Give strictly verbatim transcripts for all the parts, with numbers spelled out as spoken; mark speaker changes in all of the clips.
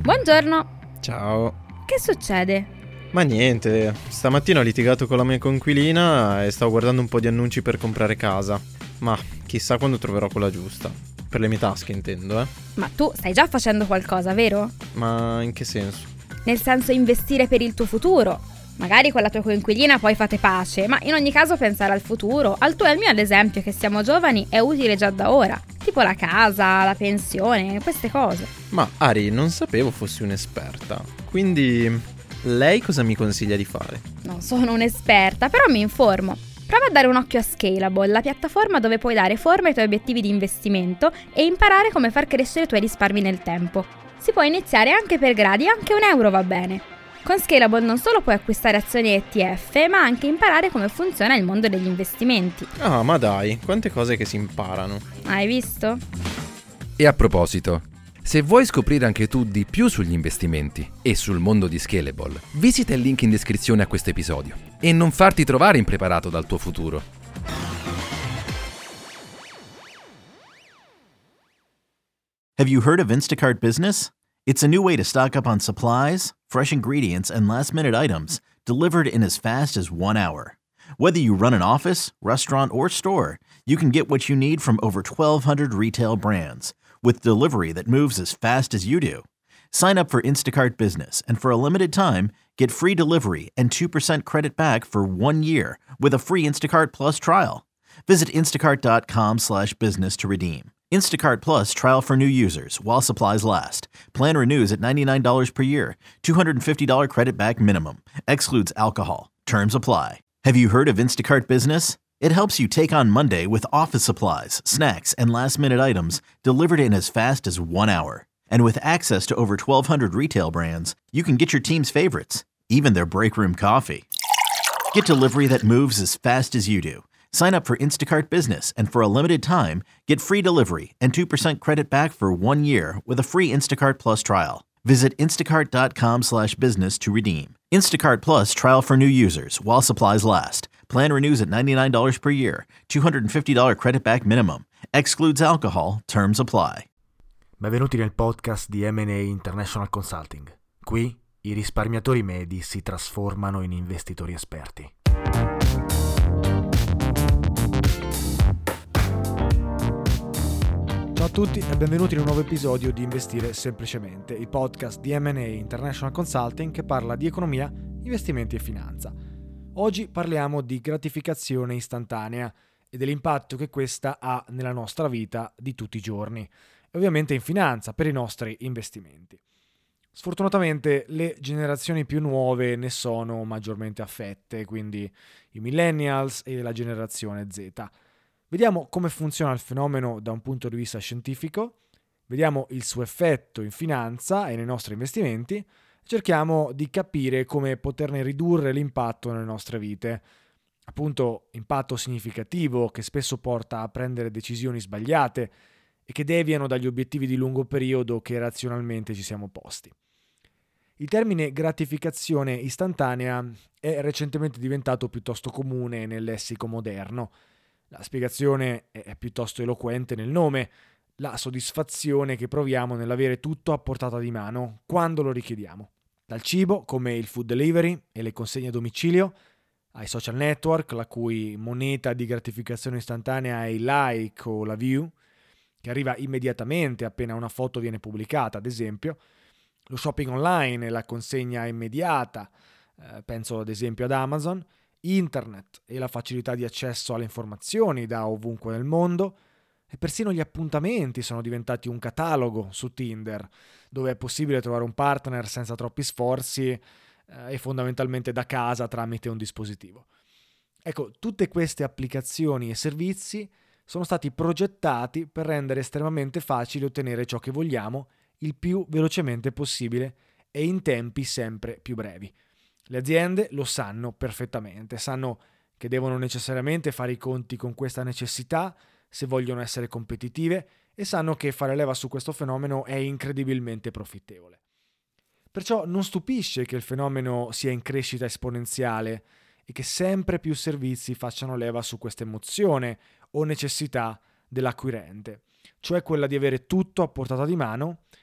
Speaker 1: Buongiorno.
Speaker 2: Ciao.
Speaker 1: Che succede?
Speaker 2: Ma niente, stamattina ho litigato con la mia coinquilina e stavo guardando un po' di annunci per comprare casa. Ma chissà quando troverò quella giusta. Per le mie tasche intendo, eh.
Speaker 1: Ma tu stai già facendo qualcosa, vero?
Speaker 2: Ma in che senso?
Speaker 1: Nel senso investire per il tuo futuro. Magari con la tua coinquilina poi fate pace, ma in ogni caso pensare al futuro, al tuo e al mio ad esempio, che siamo giovani, è utile già da ora. Tipo la casa, la pensione, queste cose.
Speaker 2: Ma Ari, non sapevo fossi un'esperta. Quindi lei cosa mi consiglia di fare?
Speaker 1: Non sono un'esperta, però mi informo. Prova a dare un occhio a Scalable, la piattaforma dove puoi dare forma ai tuoi obiettivi di investimento e imparare come far crescere i tuoi risparmi nel tempo. Si può iniziare anche per gradi, anche un euro va bene. Con Scalable non solo puoi acquistare azioni E T F, ma anche imparare come funziona il mondo degli investimenti.
Speaker 2: Ah, ma dai, quante cose che si imparano.
Speaker 1: Hai visto?
Speaker 3: E a proposito, se vuoi scoprire anche tu di più sugli investimenti e sul mondo di Scalable, visita il link in descrizione a questo episodio e non farti trovare impreparato dal tuo futuro.
Speaker 4: Have you heard of Instacart Business? It's a new way to stock up on supplies, fresh ingredients, and last-minute items delivered in as fast as one hour. Whether you run an office, restaurant, or store, you can get what you need from over twelve hundred retail brands with delivery that moves as fast as you do. Sign up for Instacart Business and for a limited time, get free delivery and two percent credit back for one year with a free Instacart Plus trial. Visit instacart.com slash business to redeem. Instacart Plus trial for new users while supplies last. Plan renews at ninety-nine dollars per year. two hundred fifty dollars credit back minimum. Excludes alcohol. Terms apply. Have you heard of Instacart Business? It helps you take on Monday with office supplies, snacks, and last-minute items delivered in as fast as one hour. And with access to over twelve hundred retail brands, you can get your team's favorites, even their break room coffee. Get delivery that moves as fast as you do. Sign up for Instacart Business and for a limited time, get free delivery and two percent credit back for one year with a free Instacart Plus trial. Visit instacart.com slash business to redeem. Instacart Plus trial for new users while supplies last. Plan renews at ninety-nine dollars per year. two hundred fifty dollars credit back minimum. Excludes alcohol. Terms apply.
Speaker 5: Benvenuti nel podcast di M and A International Consulting. Qui i risparmiatori medi si trasformano in investitori esperti.
Speaker 6: Ciao a tutti e benvenuti in un nuovo episodio di Investire Semplicemente, il podcast di M and A International Consulting che parla di economia, investimenti e finanza. Oggi parliamo di gratificazione istantanea e dell'impatto che questa ha nella nostra vita di tutti i giorni e ovviamente in finanza per i nostri investimenti. Sfortunatamente le generazioni più nuove ne sono maggiormente affette, quindi i millennials e la generazione Z. Vediamo come funziona il fenomeno da un punto di vista scientifico, vediamo il suo effetto in finanza e nei nostri investimenti, cerchiamo di capire come poterne ridurre l'impatto nelle nostre vite. Appunto, impatto significativo che spesso porta a prendere decisioni sbagliate e che deviano dagli obiettivi di lungo periodo che razionalmente ci siamo posti. Il termine gratificazione istantanea è recentemente diventato piuttosto comune nel lessico moderno. La spiegazione è piuttosto eloquente nel nome, la soddisfazione che proviamo nell'avere tutto a portata di mano quando lo richiediamo. Dal cibo, come il food delivery e le consegne a domicilio, ai social network, la cui moneta di gratificazione istantanea è il like o la view, che arriva immediatamente appena una foto viene pubblicata, ad esempio, lo shopping online e la consegna immediata, eh, penso ad esempio ad Amazon, Internet e la facilità di accesso alle informazioni da ovunque nel mondo, e persino gli appuntamenti sono diventati un catalogo su Tinder, dove è possibile trovare un partner senza troppi sforzi eh, e fondamentalmente da casa tramite un dispositivo. Ecco, tutte queste applicazioni e servizi sono stati progettati per rendere estremamente facile ottenere ciò che vogliamo il più velocemente possibile e in tempi sempre più brevi. Le aziende lo sanno perfettamente, sanno che devono necessariamente fare i conti con questa necessità se vogliono essere competitive e sanno che fare leva su questo fenomeno è incredibilmente profittevole. Perciò non stupisce che il fenomeno sia in crescita esponenziale e che sempre più servizi facciano leva su questa emozione o necessità dell'acquirente, cioè quella di avere tutto a portata di mano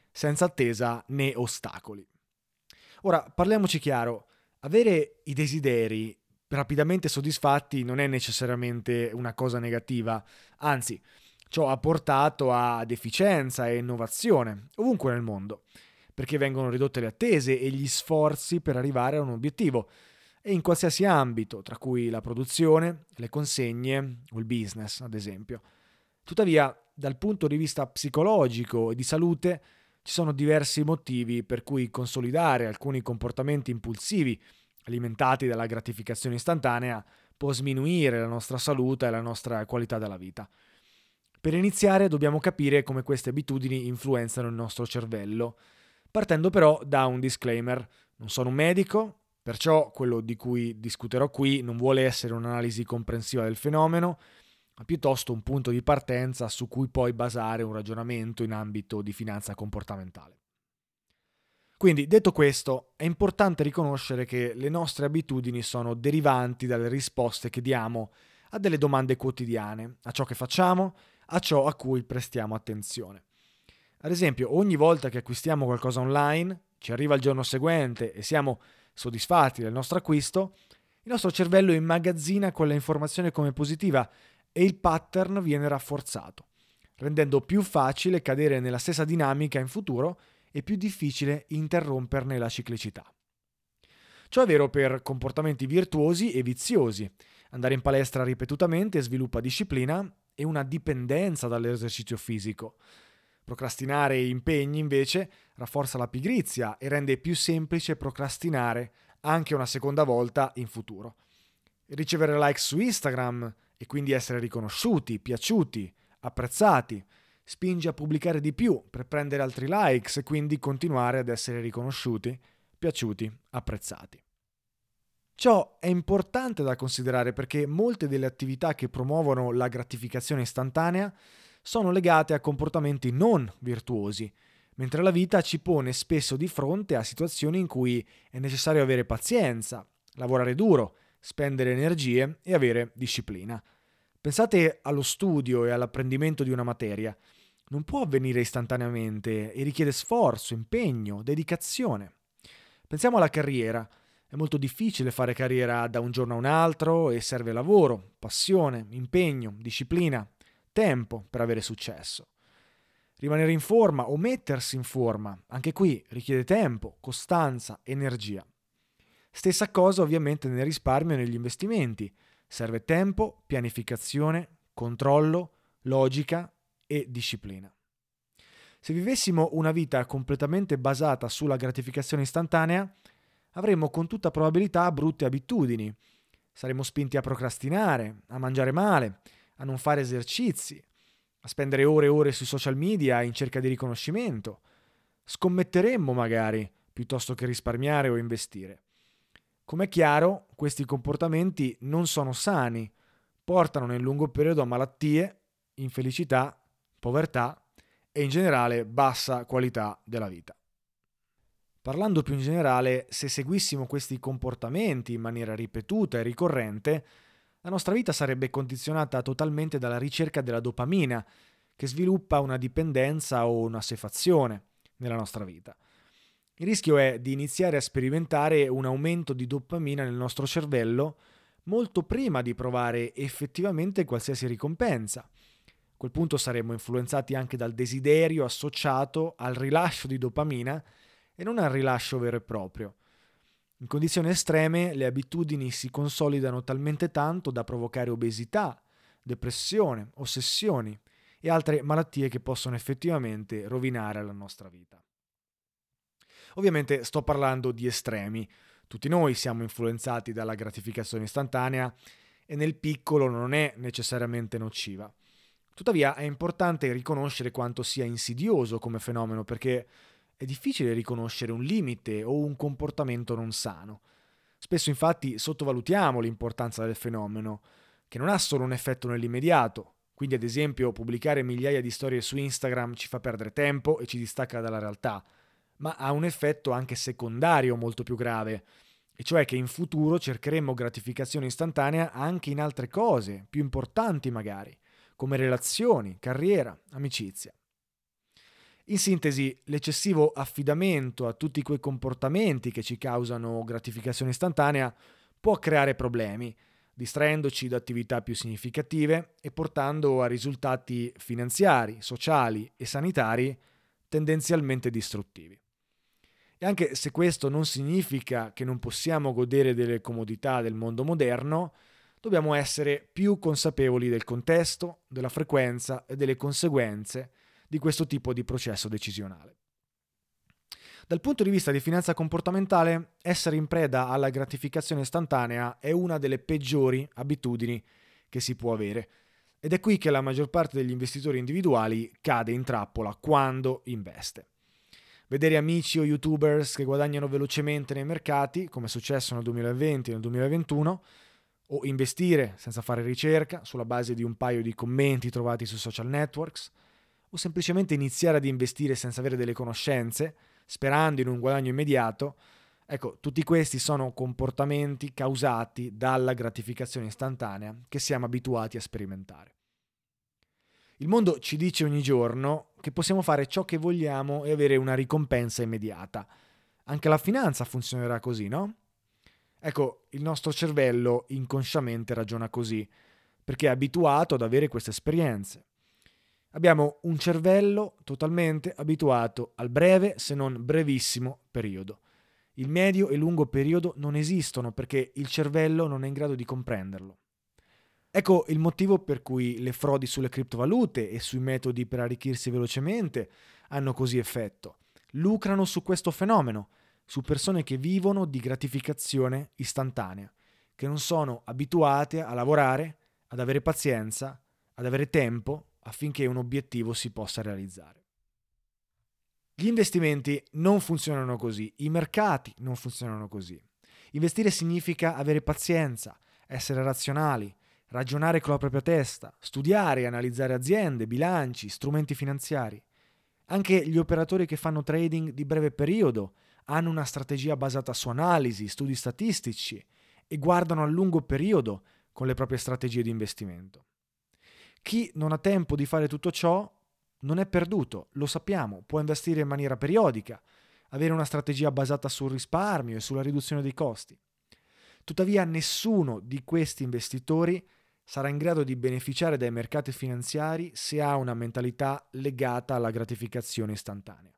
Speaker 6: senza attesa né ostacoli. Ora, parliamoci chiaro, avere i desideri rapidamente soddisfatti non è necessariamente una cosa negativa, anzi, ciò ha portato ad efficienza e innovazione ovunque nel mondo, perché vengono ridotte le attese e gli sforzi per arrivare a un obiettivo, e in qualsiasi ambito, tra cui la produzione, le consegne o il business, ad esempio. Tuttavia, dal punto di vista psicologico e di salute, ci sono diversi motivi per cui consolidare alcuni comportamenti impulsivi alimentati dalla gratificazione istantanea può sminuire la nostra salute e la nostra qualità della vita. Per iniziare dobbiamo capire come queste abitudini influenzano il nostro cervello, partendo però da un disclaimer. Non sono un medico, perciò quello di cui discuterò qui non vuole essere un'analisi comprensiva del fenomeno, ma piuttosto un punto di partenza su cui poi basare un ragionamento in ambito di finanza comportamentale. Quindi, detto questo, è importante riconoscere che le nostre abitudini sono derivanti dalle risposte che diamo a delle domande quotidiane, a ciò che facciamo, a ciò a cui prestiamo attenzione. Ad esempio, ogni volta che acquistiamo qualcosa online, ci arriva il giorno seguente e siamo soddisfatti del nostro acquisto, il nostro cervello immagazzina quella informazione come positiva e il pattern viene rafforzato, rendendo più facile cadere nella stessa dinamica in futuro e più difficile interromperne la ciclicità. Ciò è vero per comportamenti virtuosi e viziosi. Andare in palestra ripetutamente sviluppa disciplina e una dipendenza dall'esercizio fisico. Procrastinare impegni, invece, rafforza la pigrizia e rende più semplice procrastinare anche una seconda volta in futuro. Ricevere like su Instagram e quindi essere riconosciuti, piaciuti, apprezzati, spinge a pubblicare di più per prendere altri likes e quindi continuare ad essere riconosciuti, piaciuti, apprezzati. Ciò è importante da considerare perché molte delle attività che promuovono la gratificazione istantanea sono legate a comportamenti non virtuosi, mentre la vita ci pone spesso di fronte a situazioni in cui è necessario avere pazienza, lavorare duro, spendere energie e avere disciplina. Pensate allo studio e all'apprendimento di una materia. Non può avvenire istantaneamente e richiede sforzo, impegno, dedicazione. Pensiamo alla carriera. È molto difficile fare carriera da un giorno a un altro e serve lavoro, passione, impegno, disciplina, tempo per avere successo. Rimanere in forma o mettersi in forma, anche qui richiede tempo, costanza, energia. Stessa cosa ovviamente nel risparmio e negli investimenti. Serve tempo, pianificazione, controllo, logica e disciplina. Se vivessimo una vita completamente basata sulla gratificazione istantanea, avremmo con tutta probabilità brutte abitudini. Saremmo spinti a procrastinare, a mangiare male, a non fare esercizi, a spendere ore e ore sui social media in cerca di riconoscimento. Scommetteremmo magari piuttosto che risparmiare o investire. Com'è chiaro, questi comportamenti non sono sani, portano nel lungo periodo a malattie, infelicità, povertà e in generale bassa qualità della vita. Parlando più in generale, se seguissimo questi comportamenti in maniera ripetuta e ricorrente, la nostra vita sarebbe condizionata totalmente dalla ricerca della dopamina, che sviluppa una dipendenza o una assuefazione nella nostra vita. Il rischio è di iniziare a sperimentare un aumento di dopamina nel nostro cervello molto prima di provare effettivamente qualsiasi ricompensa. A quel punto saremmo influenzati anche dal desiderio associato al rilascio di dopamina e non al rilascio vero e proprio. In condizioni estreme le abitudini si consolidano talmente tanto da provocare obesità, depressione, ossessioni e altre malattie che possono effettivamente rovinare la nostra vita. Ovviamente sto parlando di estremi. Tutti noi siamo influenzati dalla gratificazione istantanea e nel piccolo non è necessariamente nociva. Tuttavia è importante riconoscere quanto sia insidioso come fenomeno perché è difficile riconoscere un limite o un comportamento non sano. Spesso infatti sottovalutiamo l'importanza del fenomeno, che non ha solo un effetto nell'immediato. Quindi ad esempio pubblicare migliaia di storie su Instagram ci fa perdere tempo e ci distacca dalla realtà, ma ha un effetto anche secondario molto più grave, e cioè che in futuro cercheremo gratificazione istantanea anche in altre cose, più importanti magari, come relazioni, carriera, amicizia. In sintesi, l'eccessivo affidamento a tutti quei comportamenti che ci causano gratificazione istantanea può creare problemi, distraendoci da attività più significative e portando a risultati finanziari, sociali e sanitari tendenzialmente distruttivi. E anche se questo non significa che non possiamo godere delle comodità del mondo moderno, dobbiamo essere più consapevoli del contesto, della frequenza e delle conseguenze di questo tipo di processo decisionale. Dal punto di vista di finanza comportamentale, essere in preda alla gratificazione istantanea è una delle peggiori abitudini che si può avere, ed è qui che la maggior parte degli investitori individuali cade in trappola quando investe. Vedere amici o youtubers che guadagnano velocemente nei mercati, come è successo nel duemilaventi e nel duemilaventuno, o investire senza fare ricerca sulla base di un paio di commenti trovati sui social networks, o semplicemente iniziare ad investire senza avere delle conoscenze, sperando in un guadagno immediato, ecco, tutti questi sono comportamenti causati dalla gratificazione istantanea che siamo abituati a sperimentare. Il mondo ci dice ogni giorno che possiamo fare ciò che vogliamo e avere una ricompensa immediata. Anche la finanza funzionerà così, no? Ecco, il nostro cervello inconsciamente ragiona così, perché è abituato ad avere queste esperienze. Abbiamo un cervello totalmente abituato al breve, se non brevissimo, periodo. Il medio e lungo periodo non esistono perché il cervello non è in grado di comprenderlo. Ecco il motivo per cui le frodi sulle criptovalute e sui metodi per arricchirsi velocemente hanno così effetto. Lucrano su questo fenomeno, su persone che vivono di gratificazione istantanea, che non sono abituate a lavorare, ad avere pazienza, ad avere tempo affinché un obiettivo si possa realizzare. Gli investimenti non funzionano così, i mercati non funzionano così. Investire significa avere pazienza, essere razionali, ragionare con la propria testa, studiare e analizzare aziende, bilanci, strumenti finanziari. Anche gli operatori che fanno trading di breve periodo hanno una strategia basata su analisi, studi statistici e guardano a lungo periodo con le proprie strategie di investimento. Chi non ha tempo di fare tutto ciò non è perduto, lo sappiamo, può investire in maniera periodica, avere una strategia basata sul risparmio e sulla riduzione dei costi. Tuttavia nessuno di questi investitori sarà in grado di beneficiare dai mercati finanziari se ha una mentalità legata alla gratificazione istantanea.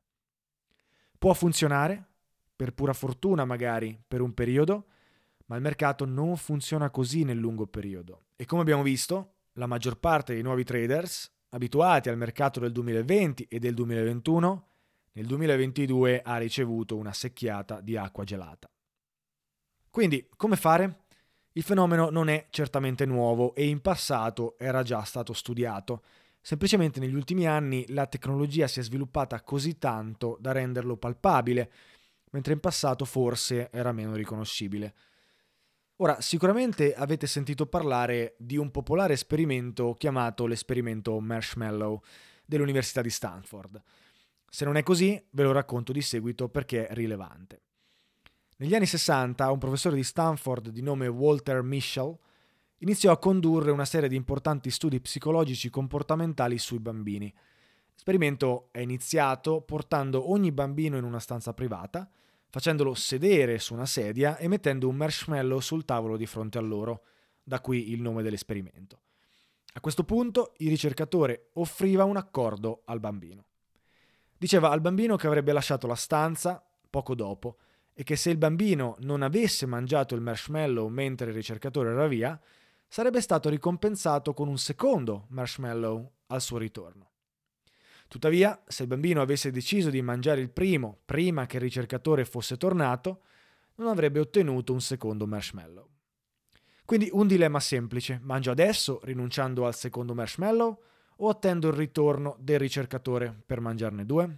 Speaker 6: Può funzionare, per pura fortuna magari, per un periodo, ma il mercato non funziona così nel lungo periodo. E come abbiamo visto, la maggior parte dei nuovi traders, abituati al mercato del duemilaventi e del duemilaventuno, nel duemilaventidue ha ricevuto una secchiata di acqua gelata. Quindi, come fare? Il fenomeno non è certamente nuovo e in passato era già stato studiato. Semplicemente negli ultimi anni la tecnologia si è sviluppata così tanto da renderlo palpabile, mentre in passato forse era meno riconoscibile. Ora, sicuramente avete sentito parlare di un popolare esperimento chiamato l'esperimento Marshmallow dell'Università di Stanford. Se non è così, ve lo racconto di seguito perché è rilevante. Negli anni sessanta, un professore di Stanford di nome Walter Mischel iniziò a condurre una serie di importanti studi psicologici comportamentali sui bambini. L'esperimento è iniziato portando ogni bambino in una stanza privata, facendolo sedere su una sedia e mettendo un marshmallow sul tavolo di fronte a loro, da qui il nome dell'esperimento. A questo punto il ricercatore offriva un accordo al bambino. Diceva al bambino che avrebbe lasciato la stanza poco dopo e che se il bambino non avesse mangiato il marshmallow mentre il ricercatore era via, sarebbe stato ricompensato con un secondo marshmallow al suo ritorno. Tuttavia, se il bambino avesse deciso di mangiare il primo prima che il ricercatore fosse tornato, non avrebbe ottenuto un secondo marshmallow. Quindi un dilemma semplice: mangio adesso rinunciando al secondo marshmallow o attendo il ritorno del ricercatore per mangiarne due?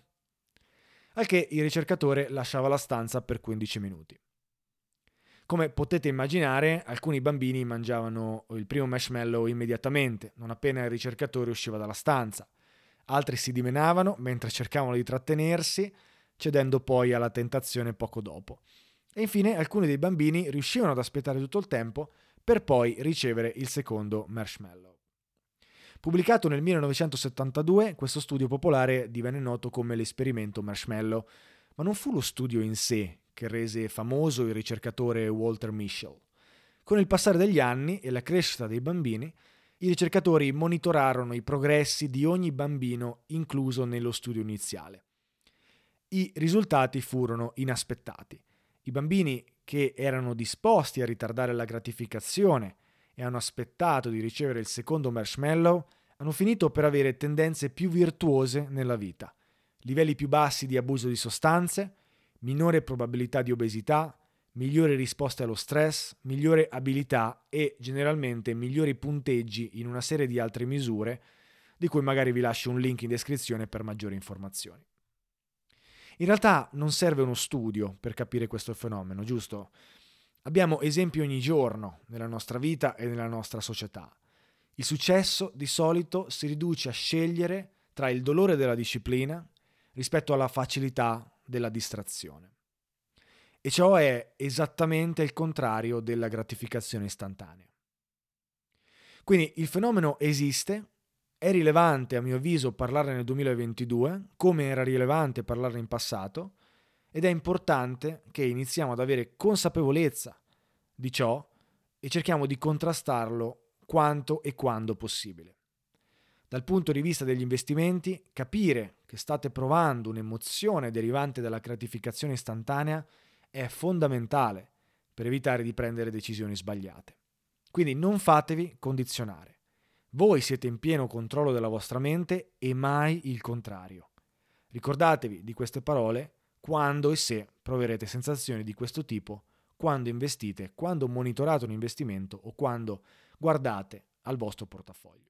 Speaker 6: Al che il ricercatore lasciava la stanza per quindici minuti. Come potete immaginare, alcuni bambini mangiavano il primo marshmallow immediatamente, non appena il ricercatore usciva dalla stanza. Altri si dimenavano mentre cercavano di trattenersi, cedendo poi alla tentazione poco dopo. E infine alcuni dei bambini riuscivano ad aspettare tutto il tempo per poi ricevere il secondo marshmallow. Pubblicato nel millenovecentosettantadue, questo studio popolare divenne noto come l'esperimento Marshmallow, ma non fu lo studio in sé che rese famoso il ricercatore Walter Mischel. Con il passare degli anni e la crescita dei bambini, i ricercatori monitorarono i progressi di ogni bambino incluso nello studio iniziale. I risultati furono inaspettati. I bambini che erano disposti a ritardare la gratificazione e hanno aspettato di ricevere il secondo marshmallow hanno finito per avere tendenze più virtuose nella vita, livelli più bassi di abuso di sostanze, minore probabilità di obesità, migliori risposte allo stress, migliore abilità e generalmente migliori punteggi in una serie di altre misure, di cui magari vi lascio un link in descrizione per maggiori informazioni. In realtà non serve uno studio per capire questo fenomeno, giusto? Abbiamo esempi ogni giorno nella nostra vita e nella nostra società. Il successo di solito si riduce a scegliere tra il dolore della disciplina rispetto alla facilità della distrazione. E ciò è esattamente il contrario della gratificazione istantanea. Quindi il fenomeno esiste, è rilevante a mio avviso parlarne nel duemilaventidue, come era rilevante parlarne in passato, ed è importante che iniziamo ad avere consapevolezza di ciò e cerchiamo di contrastarlo quanto e quando possibile. Dal punto di vista degli investimenti, capire che state provando un'emozione derivante dalla gratificazione istantanea è fondamentale per evitare di prendere decisioni sbagliate. Quindi non fatevi condizionare. Voi siete in pieno controllo della vostra mente e mai il contrario. Ricordatevi di queste parole quando e se proverete sensazioni di questo tipo, quando investite, quando monitorate un investimento o quando guardate al vostro portafoglio.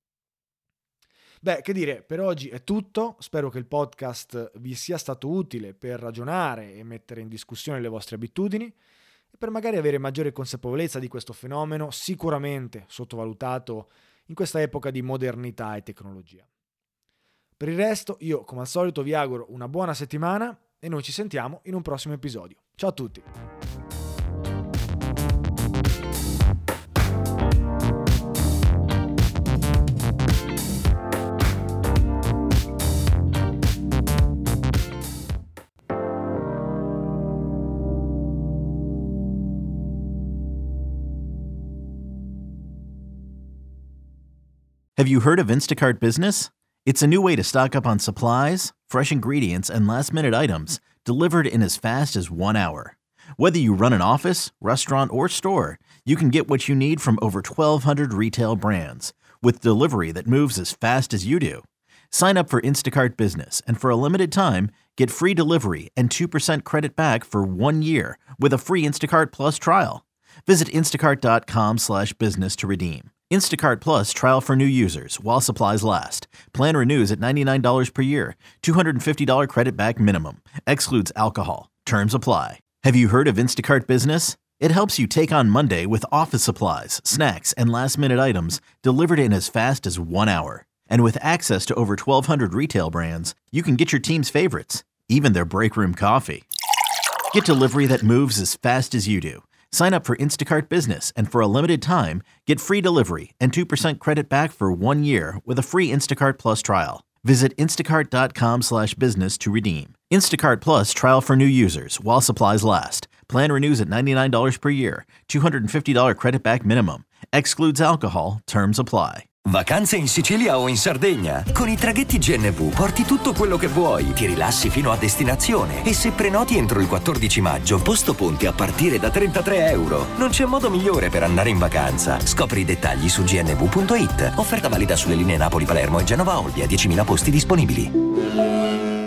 Speaker 6: Beh, che dire, per oggi è tutto. Spero che il podcast vi sia stato utile per ragionare e mettere in discussione le vostre abitudini e per magari avere maggiore consapevolezza di questo fenomeno sicuramente sottovalutato in questa epoca di modernità e tecnologia. Per il resto, io come al solito vi auguro una buona settimana e noi ci sentiamo in un prossimo episodio. Ciao a tutti!
Speaker 4: Have you heard of Instacart Business? It's a new way to stock up on supplies, fresh ingredients, and last-minute items delivered in as fast as one hour. Whether you run an office, restaurant, or store, you can get what you need from over twelve hundred retail brands with delivery that moves as fast as you do. Sign up for Instacart Business and for a limited time, get free delivery and two percent credit back for one year with a free Instacart Plus trial. Visit instacart.com slash business to redeem. Instacart Plus trial for new users while supplies last. Plan renews at ninety-nine dollars per year. two hundred fifty dollars credit back minimum. Excludes alcohol. Terms apply. Have you heard of Instacart Business? It helps you take on Monday with office supplies, snacks, and last-minute items delivered in as fast as one hour. And with access to over twelve hundred retail brands, you can get your team's favorites, even their break room coffee. Get delivery that moves as fast as you do. Sign up for Instacart Business and for a limited time, get free delivery and two percent credit back for one year with a free Instacart Plus trial. Visit instacart.com slash business to redeem. Instacart Plus trial for new users while supplies last. Plan renews at ninety-nine dollars per year. two hundred fifty dollars credit back minimum. Excludes alcohol. Terms apply.
Speaker 7: Vacanze in Sicilia o in Sardegna. Con i traghetti G N V porti tutto quello che vuoi, ti rilassi fino a destinazione e se prenoti entro il quattordici maggio, posto ponti a partire da trentatré euro. Non c'è modo migliore per andare in vacanza. Scopri i dettagli su g n v punto i t. Offerta valida sulle linee Napoli-Palermo e Genova-Olbia, diecimila posti disponibili.